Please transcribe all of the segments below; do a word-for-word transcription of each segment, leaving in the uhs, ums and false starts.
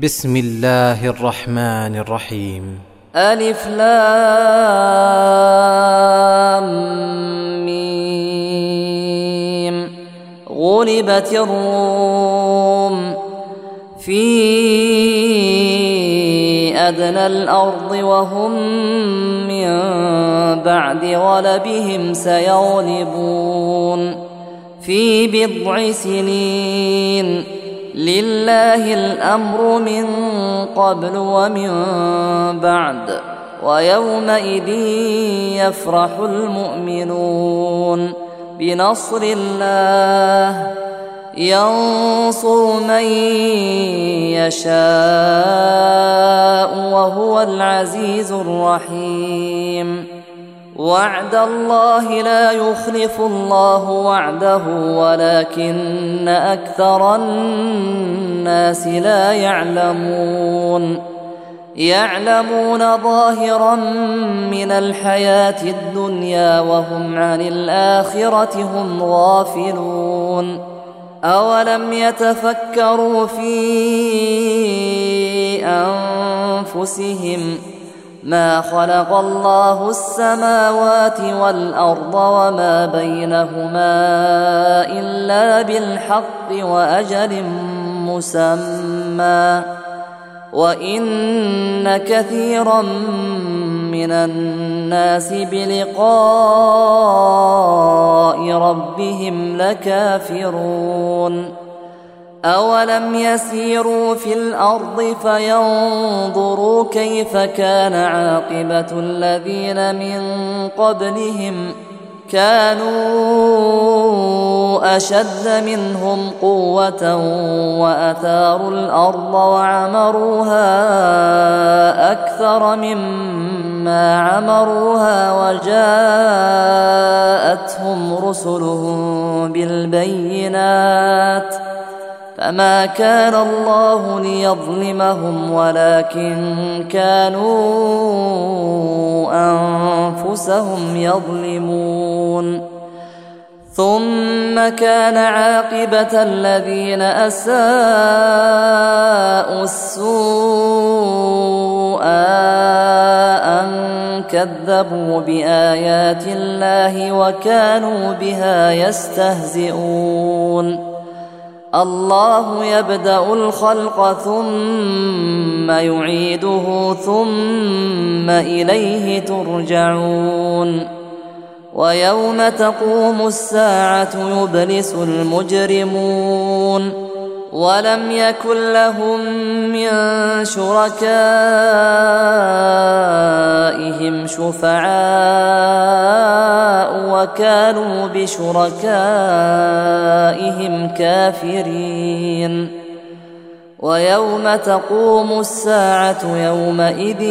بسم الله الرحمن الرحيم. ألف لام ميم. غلبت الروم في أدنى الأرض وهم من بعد غلبهم سيغلبون في بضع سنين. لله الأمر من قبل ومن بعد ويومئذ يفرح المؤمنون بنصر الله ينصر من يشاء وهو العزيز الرحيم. وعد الله لا يخلف الله وعده ولكن أكثر الناس لا يعلمون. يعلمون ظاهرا من الحياة الدنيا وهم عن الآخرة هم غافلون. أولم يتفكروا في أنفسهم ما خلق الله السماوات والأرض وما بينهما إلا بالحق وأجل مسمى وإن كثيرا من الناس بلقاء ربهم لكافرون. أولم يسيروا في الأرض فينظروا كيف كان عاقبة الذين من قبلهم كانوا أشد منهم قوة وأثاروا الأرض وعمروها أكثر مما عمروها وجاءتهم رسلهم بالبينات فما كان الله ليظلمهم ولكن كانوا أنفسهم يظلمون. ثم كان عاقبة الذين أساءوا السوء أن كذبوا بآيات الله وكانوا بها يستهزئون. الله يبدأ الخلق ثم يعيده ثم إليه ترجعون. ويوم تقوم الساعة يبلس المجرمون ولم يكن لهم من شركائهم شفعاء وكانوا بشركائهم كافرين. ويوم تقوم الساعة يومئذ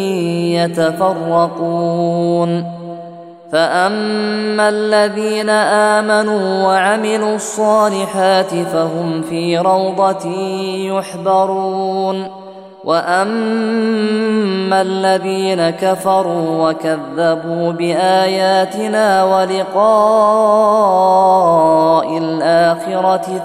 يتفرقون فأما الذين آمنوا وعملوا الصالحات فهم في روضة يحبرون. وأما الذين كفروا وكذبوا بآياتنا ولقاء الآخرة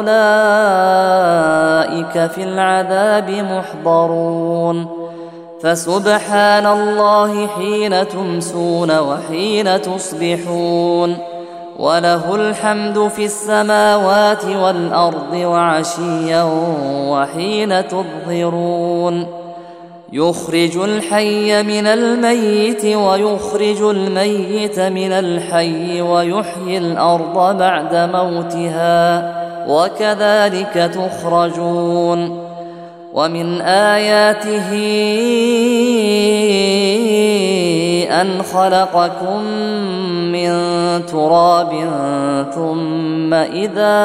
فأولئك في العذاب محضرون. فسبحان الله حين تمسون وحين تصبحون وله الحمد في السماوات والأرض وعشيا وحين تظهرون. يخرج الحي من الميت ويخرج الميت من الحي ويحيي الأرض بعد موتها وكذلك تخرجون. ومن آياته أن خلقكم من تراب ثم إذا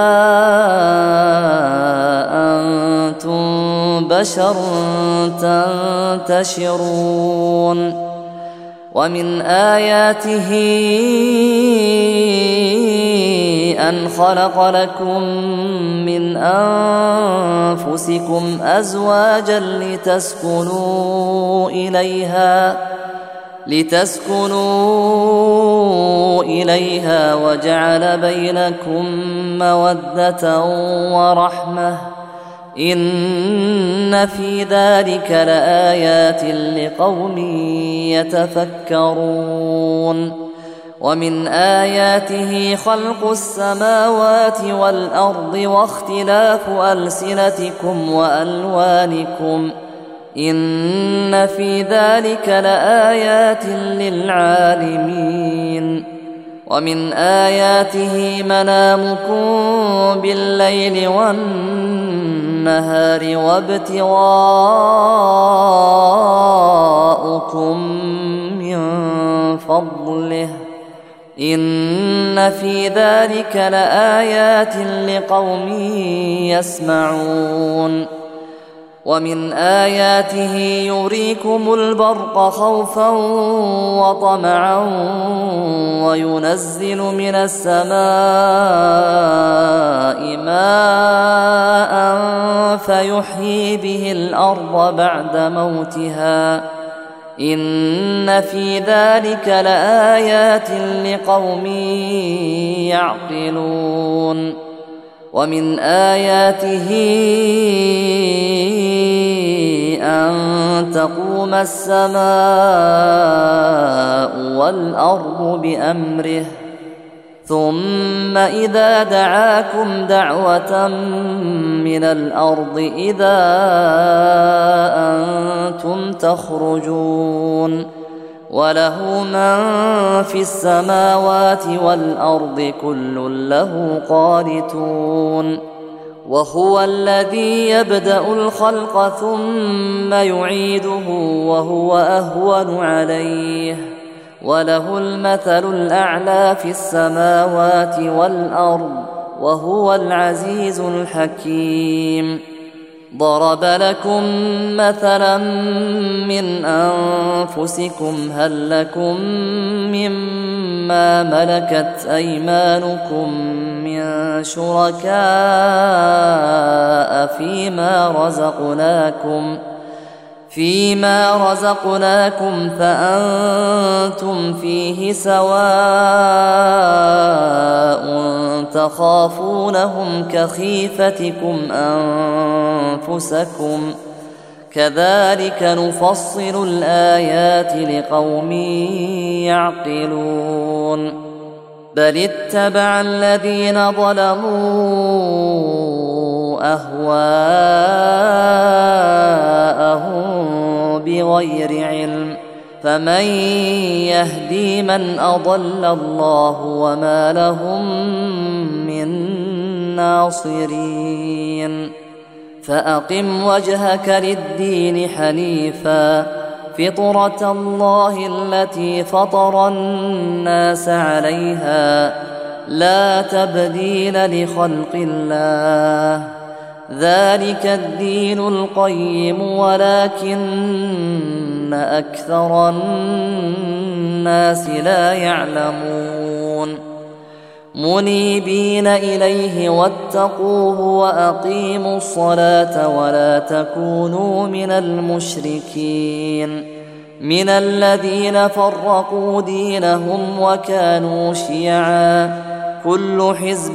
أنتم بشر تنتشرون. ومن آياته أن خلق لكم من أنفسكم أزواجا لتسكنوا إليها لتسكنوا إليها وجعل بينكم مودة ورحمة إن في ذلك لآيات لقوم يتفكرون. ومن آياته خلق السماوات والأرض واختلاف ألسنتكم وألوانكم إن في ذلك لآيات للعالمين. ومن آياته منامكم بالليل والنهار وابتغاؤكم من فضله إن في ذلك لآيات لقوم يسمعون. ومن آياته يريكم البرق خوفا وطمعا وينزل من السماء ماء فيحيي به الأرض بعد موتها إن في ذلك لآيات لقوم يعقلون. ومن آياته أن تقوم السماء والأرض بأمره ثم إذا دعاكم دعوة من الأرض إذا أنتم تخرجون. وله من في السماوات والأرض كل له قانتون. وهو الذي يبدأ الخلق ثم يعيده وهو أهون عليه وله المثل الأعلى في السماوات والأرض وهو العزيز الحكيم. ضرب لكم مثلا من أنفسكم هل لكم مما ملكت أيمانكم من شركاء فيما رزقناكم فيما رزقناكم فأنتم فيه سواء تخافونهم كخيفتكم أنفسكم كذلك نفصل الآيات لقوم يعقلون. بل اتبع الذين ظلموا أهواءهم بغير علم فمن يهدي من أضل الله وما لهم من ناصرين. فأقم وجهك للدين حنيفا فطرة الله التي فطر الناس عليها لا تبديل لخلق الله ذلك الدين القيم ولكن أكثر الناس لا يعلمون. منيبين إليه واتقوه وأقيموا الصلاة ولا تكونوا من المشركين من الذين فرقوا دينهم وكانوا شيعا كل حزب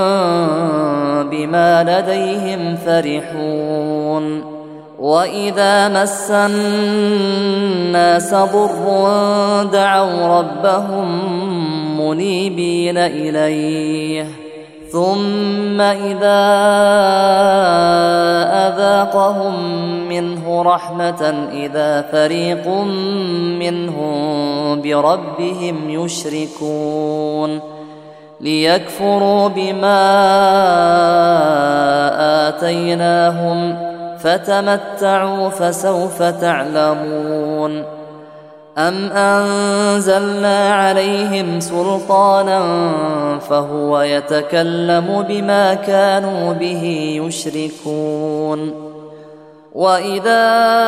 بما لديهم فرحون. وإذا مس الناس ضر دعوا ربهم منيبين إليه ثم إذا أذاقهم منه رحمة إذا فريق منهم بربهم يشركون ليكفروا بما آتيناهم فتمتعوا فسوف تعلمون. أم أنزلنا عليهم سلطانا فهو يتكلم بما كانوا به يشركون. وإذا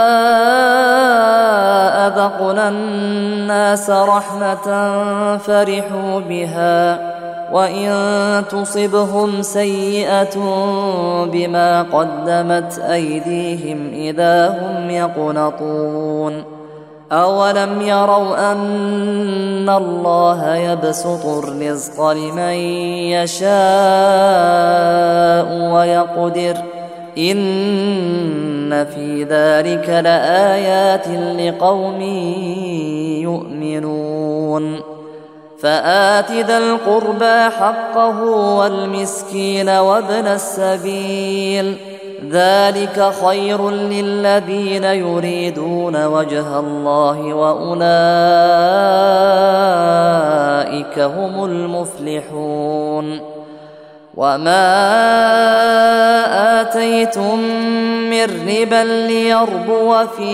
أذقنا الناس رحمة فرحوا بها وإن تصبهم سيئة بما قدمت أيديهم إذا هم يقنطون. أولم يروا أن الله يبسط الرزق لمن يشاء ويقدر إن في ذلك لآيات لقوم يؤمنون فآت ذا القربى حقه والمسكين وابن السبيل ذلك خير للذين يريدون وجه الله وأولئك هم المفلحون وما آتيتم من ربا ليربو في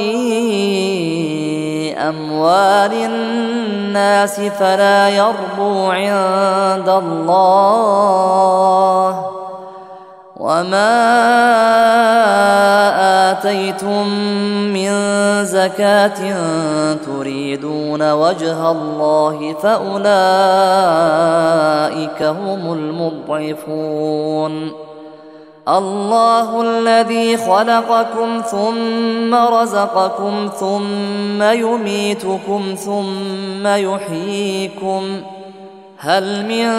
أموال الناس فلا يربو عند الله وما آتيتم من زكاة تريدون وجه الله فأولئك هم المضعفون الله الذي خلقكم ثم رزقكم ثم يميتكم ثم يحييكم هل من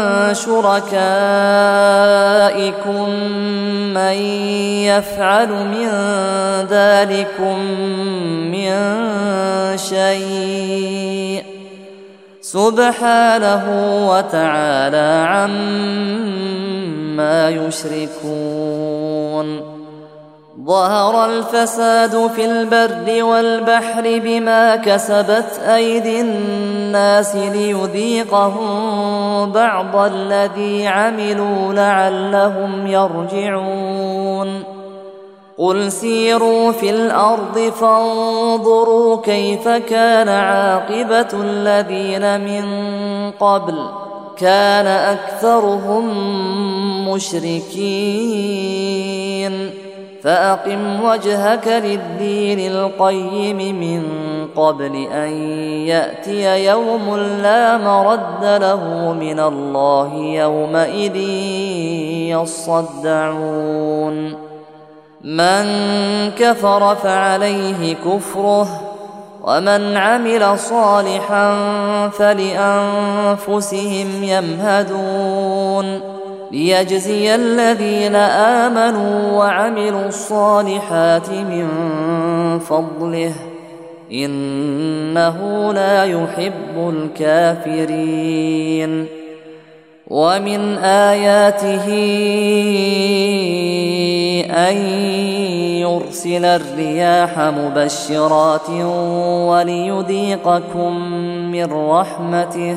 شركائكم من يفعل من ذلكم من شيء سبحانه وتعالى عما يشركون ظهر الفساد في البر والبحر بما كسبت أيدي الناس ليذيقهم بعض الذي عملوا لعلهم يرجعون قل سيروا في الأرض فانظروا كيف كان عاقبة الذين من قبل كان أكثرهم مشركين فأقم وجهك للدين القيم من قبل أن يأتي يوم لا مرد له من الله يومئذ يصدعون من كفر فعليه كفره ومن عمل صالحا فلأنفسهم يمهدون ليجزي الذين آمنوا وعملوا الصالحات من فضله إنه لا يحب الكافرين ومن آياته أن يرسل الرياح مبشرات وليذيقكم من رحمته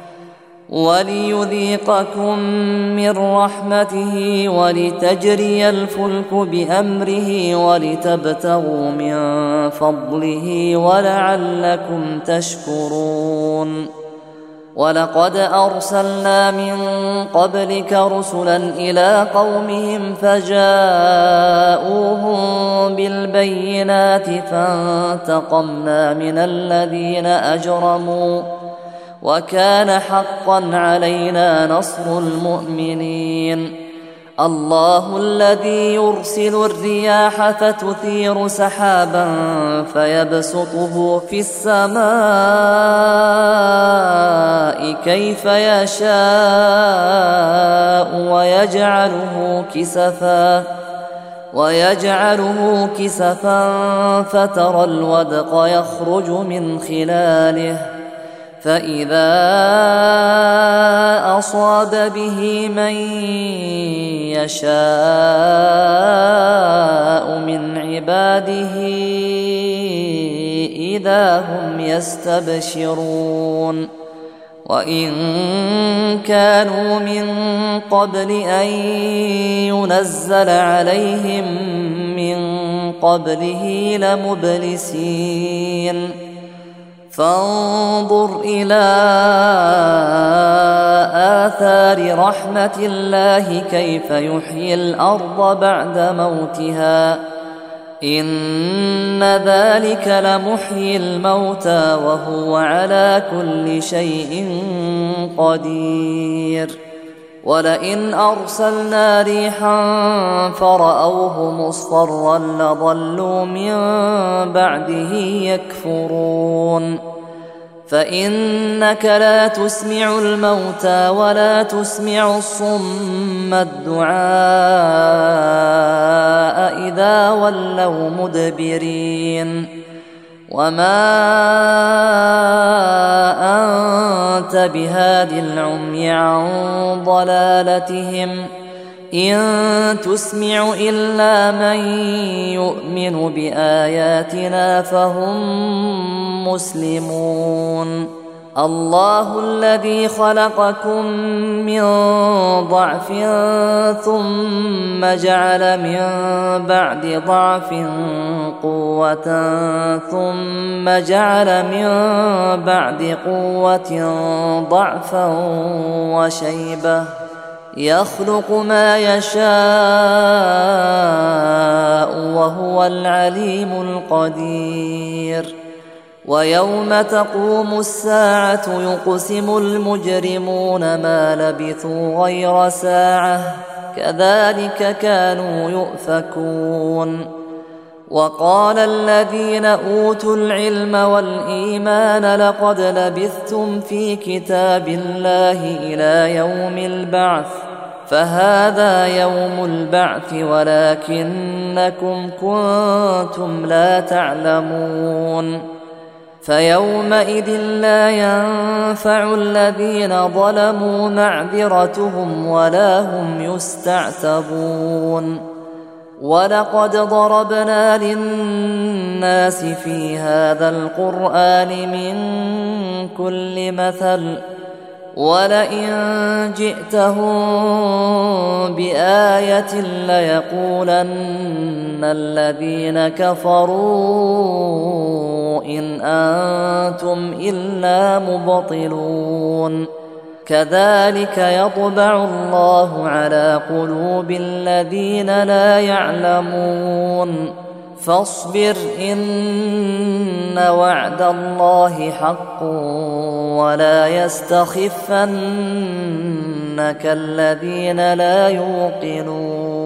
وليذيقكم من رحمته ولتجري الفلك بأمره ولتبتغوا من فضله ولعلكم تشكرون ولقد أرسلنا من قبلك رسلا إلى قومهم فجاءوهم بالبينات فانتقمنا من الذين أجرموا وكان حقا علينا نصر المؤمنين الله الذي يرسل الرياح فتثير سحابا فيبسطه في السماء كيف يشاء ويجعله كسفا ويجعله كسفا فترى الودق يخرج من خلاله فإذا أصاب به من يشاء من عباده إذا هم يستبشرون وإن كانوا من قبل أن ينزل عليهم من قبله لمبلسين فانظر إلى آثار رحمة الله كيف يحيي الأرض بعد موتها إن ذلك لمحيي الموتى وهو على كل شيء قدير ولئن أرسلنا ريحا فرأوه مصفرا لظلوا من بعده يكفرون فإنك لا تسمع الموتى ولا تسمع الصم الدعاء إذا ولوا مدبرين وما أنت بهاد العمي عن ضلالتهم إن تسمع إلا من يؤمن بآياتنا فهم مسلمون الله الذي خلقكم من ضعف ثم جعل من بعد ضعف قوة ثم جعل من بعد قوة ضعفا وشيبة يخلق ما يشاء وهو العليم القدير ويوم تقوم الساعة يقسم المجرمون ما لبثوا غير ساعة كذلك كانوا يؤفكون وقال الذين أوتوا العلم والإيمان لقد لبثتم في كتاب الله إلى يوم البعث فهذا يوم البعث ولكنكم كنتم لا تعلمون فيومئذ لا ينفع الذين ظلموا معذرتهم ولا هم يستعتبون ولقد ضربنا للناس في هذا القرآن من كل مثل ولئن جئتهم بآية ليقولن الذين كفروا إن أنتم إلا مبطلون كذلك يطبع الله على قلوب الذين لا يعلمون فاصبر إن وعد الله حق ولا يستخفنك الذين لا يوقنون